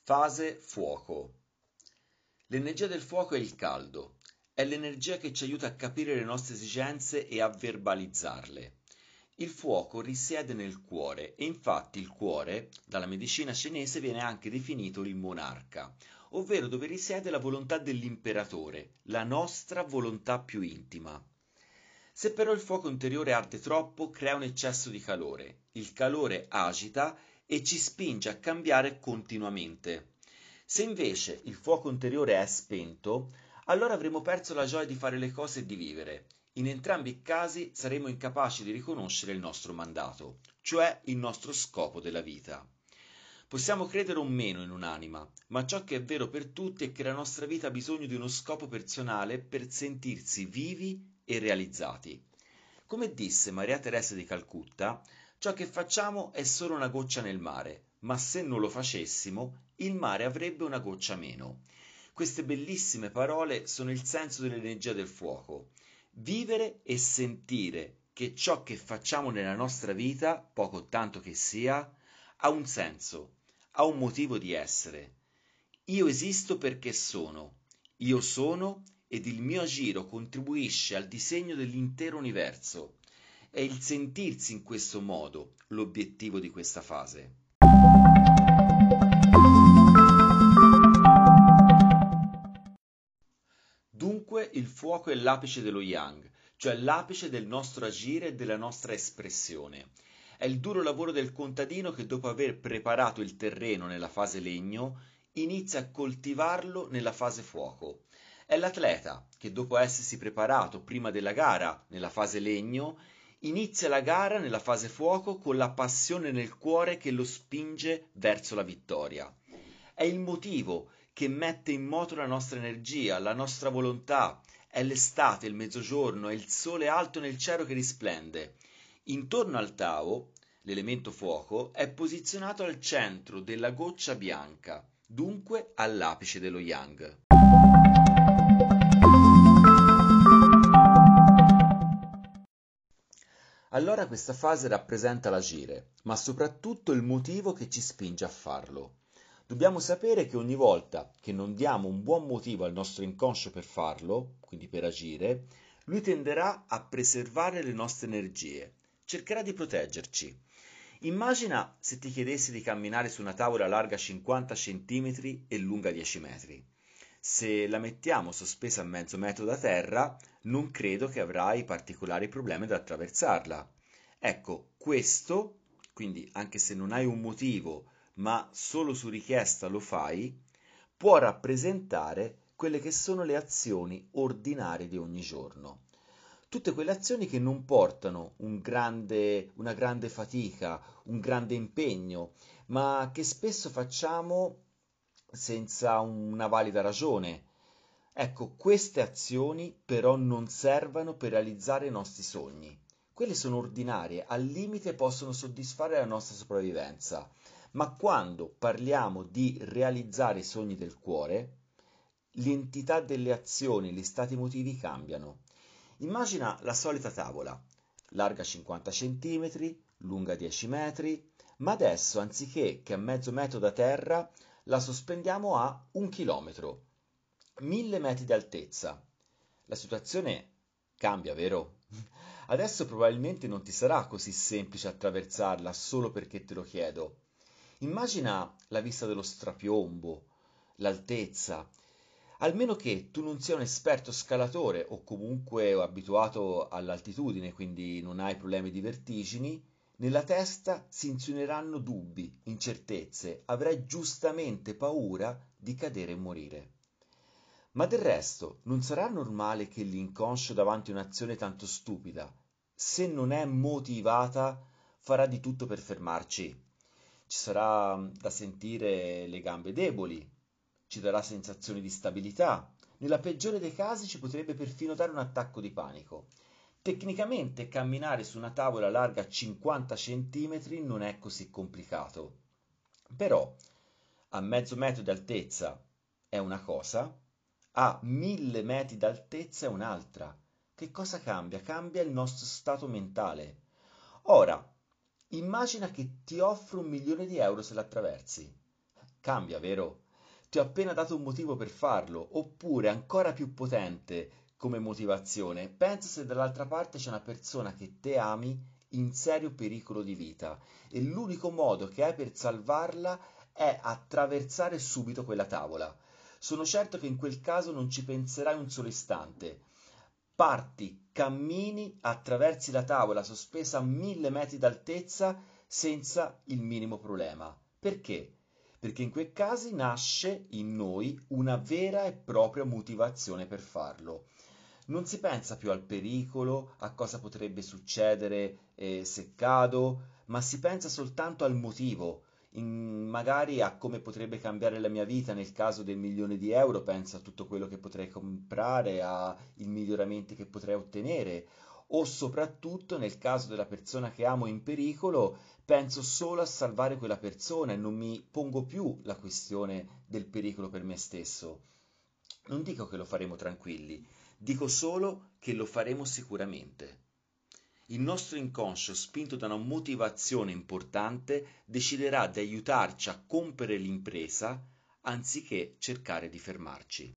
Fase fuoco. L'energia del fuoco è il caldo, è l'energia che ci aiuta a capire le nostre esigenze e a verbalizzarle. Il fuoco risiede nel cuore e infatti il cuore, dalla medicina cinese, viene anche definito il monarca, ovvero dove risiede la volontà dell'imperatore, la nostra volontà più intima. Se però il fuoco interiore arde troppo, crea un eccesso di calore. Il calore agita e ci spinge a cambiare continuamente. Se invece il fuoco interiore è spento, allora avremo perso la gioia di fare le cose e di vivere. In entrambi i casi saremo incapaci di riconoscere il nostro mandato, cioè il nostro scopo della vita. Possiamo credere o meno in un'anima, ma ciò che è vero per tutti è che la nostra vita ha bisogno di uno scopo personale per sentirsi vivi e realizzati. Come disse Maria Teresa di Calcutta, ciò che facciamo è solo una goccia nel mare, ma se non lo facessimo, il mare avrebbe una goccia meno. Queste bellissime parole sono il senso dell'energia del fuoco. Vivere e sentire che ciò che facciamo nella nostra vita, poco o tanto che sia, ha un senso, ha un motivo di essere. Io esisto perché sono, io sono ed il mio agire contribuisce al disegno dell'intero universo. È il sentirsi in questo modo l'obiettivo di questa fase. Dunque il fuoco è l'apice dello yang, cioè l'apice del nostro agire e della nostra espressione. È il duro lavoro del contadino che dopo aver preparato il terreno nella fase legno, inizia a coltivarlo nella fase fuoco. È l'atleta che dopo essersi preparato prima della gara nella fase legno, inizia la gara nella fase fuoco con la passione nel cuore che lo spinge verso la vittoria. È il motivo che mette in moto la nostra energia, la nostra volontà. È l'estate, il mezzogiorno, è il sole alto nel cielo che risplende. Intorno al Tao, l'elemento fuoco, è posizionato al centro della goccia bianca, dunque all'apice dello yang. Allora questa fase rappresenta l'agire, ma soprattutto il motivo che ci spinge a farlo. Dobbiamo sapere che ogni volta che non diamo un buon motivo al nostro inconscio per farlo, quindi per agire, lui tenderà a preservare le nostre energie, cercherà di proteggerci. Immagina se ti chiedessi di camminare su una tavola larga 50 cm e lunga 10 metri. Se la mettiamo sospesa a mezzo metro da terra, non credo che avrai particolari problemi ad attraversarla. Ecco, questo, quindi anche se non hai un motivo, ma solo su richiesta lo fai, può rappresentare quelle che sono le azioni ordinarie di ogni giorno. Tutte quelle azioni che non portano una grande fatica, un grande impegno, ma che spesso facciamo senza una valida ragione. Ecco, queste azioni però non servono per realizzare i nostri sogni. Quelle sono ordinarie, al limite possono soddisfare la nostra sopravvivenza, ma quando parliamo di realizzare i sogni del cuore, l'entità delle azioni, gli stati emotivi cambiano. Immagina la solita tavola, larga 50 cm, lunga 10 metri, ma adesso anziché che a mezzo metro da terra la sospendiamo a 1 chilometro, 1000 metri di altezza. La situazione cambia, vero? Adesso probabilmente non ti sarà così semplice attraversarla solo perché te lo chiedo. Immagina la vista dello strapiombo, l'altezza. Almeno che tu non sia un esperto scalatore o comunque abituato all'altitudine, quindi non hai problemi di vertigini, nella testa si insinueranno dubbi, incertezze, avrai giustamente paura di cadere e morire. Ma del resto, non sarà normale che l'inconscio davanti a un'azione tanto stupida, se non è motivata, farà di tutto per fermarci? Ci sarà da sentire le gambe deboli, ci darà sensazioni di stabilità. Nella peggiore dei casi ci potrebbe perfino dare un attacco di panico. Tecnicamente camminare su una tavola larga 50 cm non è così complicato. Però a mezzo metro di altezza è una cosa, a 1000 metri d'altezza è un'altra. Che cosa cambia? Cambia il nostro stato mentale. Ora, immagina che ti offro 1 milione di euro se l'attraversi. cambia, vero? Ti ho appena dato un motivo per farlo, oppure ancora più potente come motivazione, pensa se dall'altra parte c'è una persona che te ami in serio pericolo di vita e l'unico modo che hai per salvarla è attraversare subito quella tavola. Sono certo che in quel caso non ci penserai un solo istante. Parti, cammini, attraversi la tavola sospesa a 1000 metri d'altezza senza il minimo problema. Perché? Perché in quei casi nasce in noi una vera e propria motivazione per farlo. Non si pensa più al pericolo, a cosa potrebbe succedere se cado, ma si pensa soltanto al motivo, magari a come potrebbe cambiare la mia vita nel caso del 1.000.000 di euro, penso a tutto quello che potrei comprare, ai miglioramenti che potrei ottenere, o soprattutto nel caso della persona che amo in pericolo, penso solo a salvare quella persona e non mi pongo più la questione del pericolo per me stesso. Non dico che lo faremo tranquilli, dico solo che lo faremo sicuramente. Il nostro inconscio, spinto da una motivazione importante, deciderà di aiutarci a compiere l'impresa anziché cercare di fermarci.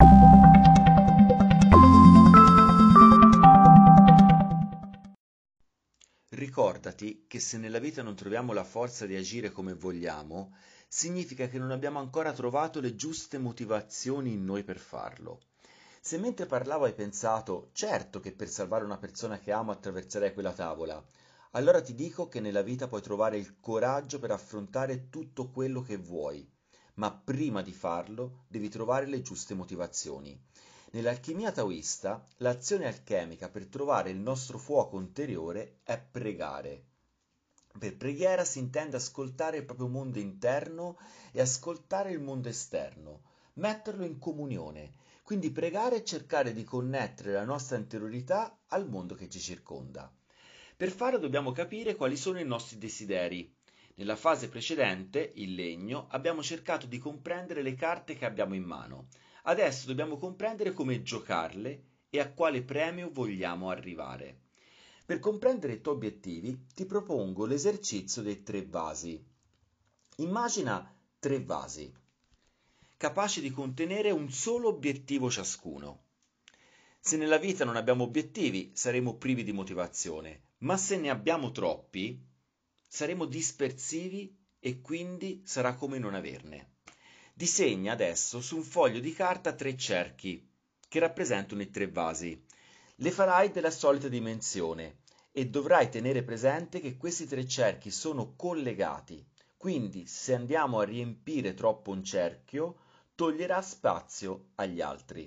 Ricordati che se nella vita non troviamo la forza di agire come vogliamo, significa che non abbiamo ancora trovato le giuste motivazioni in noi per farlo. Se mentre parlavo hai pensato, certo che per salvare una persona che amo attraverserei quella tavola, allora ti dico che nella vita puoi trovare il coraggio per affrontare tutto quello che vuoi, ma prima di farlo devi trovare le giuste motivazioni. Nell'alchimia taoista, l'azione alchemica per trovare il nostro fuoco interiore è pregare. Per preghiera si intende ascoltare il proprio mondo interno e ascoltare il mondo esterno, metterlo in comunione. Quindi pregare è cercare di connettere la nostra interiorità al mondo che ci circonda. Per farlo dobbiamo capire quali sono i nostri desideri. Nella fase precedente, il legno, abbiamo cercato di comprendere le carte che abbiamo in mano. Adesso dobbiamo comprendere come giocarle e a quale premio vogliamo arrivare. Per comprendere i tuoi obiettivi ti propongo l'esercizio dei 3 vasi. Immagina 3 vasi, capaci di contenere un solo obiettivo ciascuno. Se nella vita non abbiamo obiettivi, saremo privi di motivazione, ma se ne abbiamo troppi, saremo dispersivi e quindi sarà come non averne. Disegna adesso su un foglio di carta 3 cerchi che rappresentano i 3 vasi. Le farai della solita dimensione e dovrai tenere presente che questi 3 cerchi sono collegati, quindi se andiamo a riempire troppo un cerchio, toglierà spazio agli altri.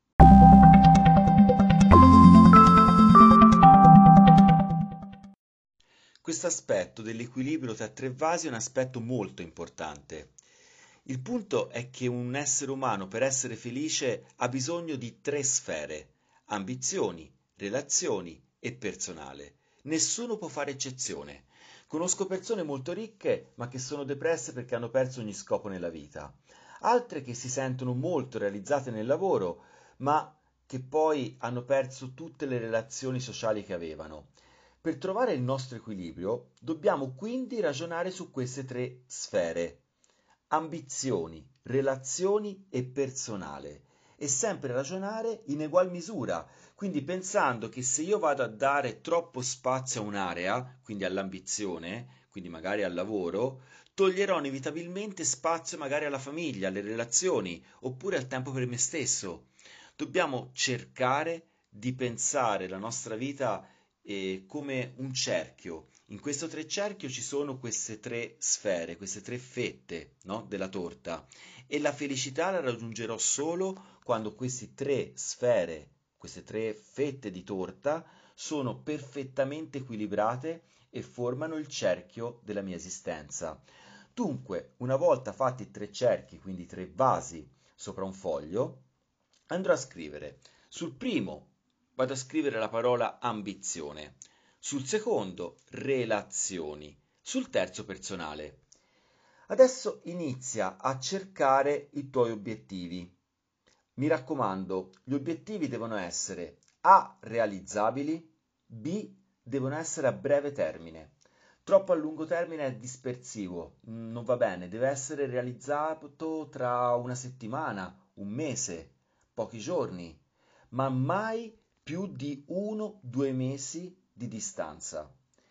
Questo aspetto dell'equilibrio tra 3 vasi è un aspetto molto importante. Il punto è che un essere umano per essere felice ha bisogno di 3 sfere: ambizioni, relazioni e personale. Nessuno può fare eccezione. Conosco persone molto ricche ma che sono depresse perché hanno perso ogni scopo nella vita. Altre che si sentono molto realizzate nel lavoro ma che poi hanno perso tutte le relazioni sociali che avevano. Per trovare il nostro equilibrio dobbiamo quindi ragionare su queste 3 sfere: ambizioni, relazioni e personale, e sempre ragionare in egual misura, quindi pensando che se io vado a dare troppo spazio a un'area, quindi all'ambizione, quindi magari al lavoro, toglierò inevitabilmente spazio magari alla famiglia, alle relazioni, oppure al tempo per me stesso. Dobbiamo cercare di pensare la nostra vita come un cerchio. In questo 3 cerchio ci sono queste 3 sfere, queste 3 fette, no, della torta, e la felicità la raggiungerò solo quando queste 3 sfere, queste 3 fette di torta sono perfettamente equilibrate e formano il cerchio della mia esistenza. Dunque, una volta fatti i 3 cerchi, quindi 3 vasi sopra un foglio, andrò a scrivere. Sul primo vado a scrivere la parola ambizione, sul secondo relazioni, sul terzo personale. Adesso inizia a cercare i tuoi obiettivi. Mi raccomando, gli obiettivi devono essere A realizzabili, B devono essere a breve termine. Troppo a lungo termine è dispersivo, non va bene, deve essere realizzato tra una settimana, un mese, pochi giorni, ma mai più di 1-2 mesi di distanza.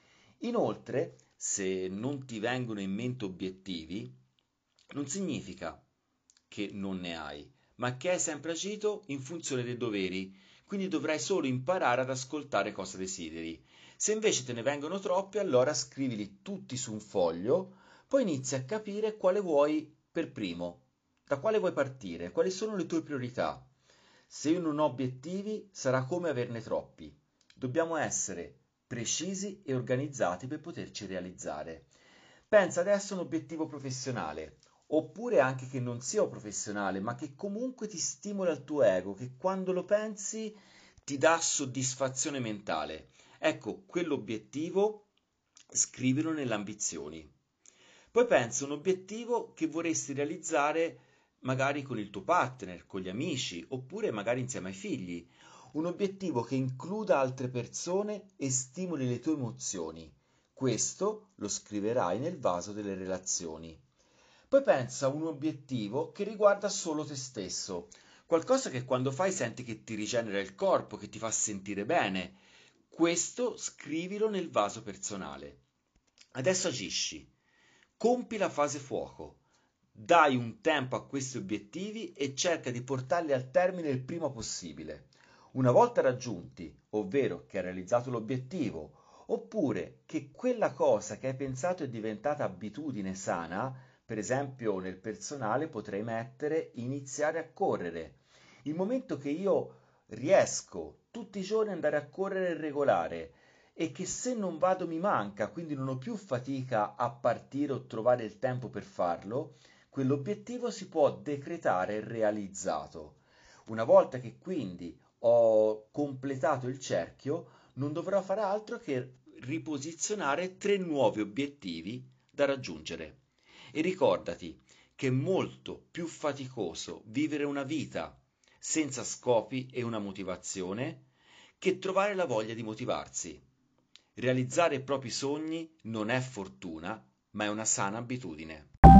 Inoltre, se non ti vengono in mente obiettivi, non significa che non ne hai, ma che hai sempre agito in funzione dei doveri, quindi dovrai solo imparare ad ascoltare cosa desideri. Se invece te ne vengono troppi, allora scrivili tutti su un foglio, poi inizi a capire quale vuoi per primo, da quale vuoi partire, quali sono le tue priorità. Se io non ho obiettivi, sarà come averne troppi. Dobbiamo essere precisi e organizzati per poterci realizzare. Pensa adesso a un obiettivo professionale, oppure anche che non sia professionale, ma che comunque ti stimola il tuo ego, che quando lo pensi ti dà soddisfazione mentale. Ecco, quell'obiettivo scrivilo nelle ambizioni. Poi pensa a un obiettivo che vorresti realizzare magari con il tuo partner, con gli amici, oppure magari insieme ai figli. Un obiettivo che includa altre persone e stimoli le tue emozioni. Questo lo scriverai nel vaso delle relazioni. Poi pensa a un obiettivo che riguarda solo te stesso, qualcosa che quando fai senti che ti rigenera il corpo, che ti fa sentire bene. Questo scrivilo nel vaso personale. Adesso agisci. Compi la fase fuoco. Dai un tempo a questi obiettivi e cerca di portarli al termine il prima possibile. Una volta raggiunti, ovvero che hai realizzato l'obiettivo, oppure che quella cosa che hai pensato è diventata abitudine sana, per esempio nel personale potrei mettere iniziare a correre. Il momento che io riesco tutti i giorni ad andare a correre regolare e che se non vado mi manca, quindi non ho più fatica a partire o trovare il tempo per farlo, quell'obiettivo si può decretare realizzato. Una volta che quindi ho completato il cerchio, non dovrò fare altro che riposizionare 3 nuovi obiettivi da raggiungere. E ricordati che è molto più faticoso vivere una vita senza scopi e una motivazione che trovare la voglia di motivarsi. Realizzare i propri sogni non è fortuna, ma è una sana abitudine.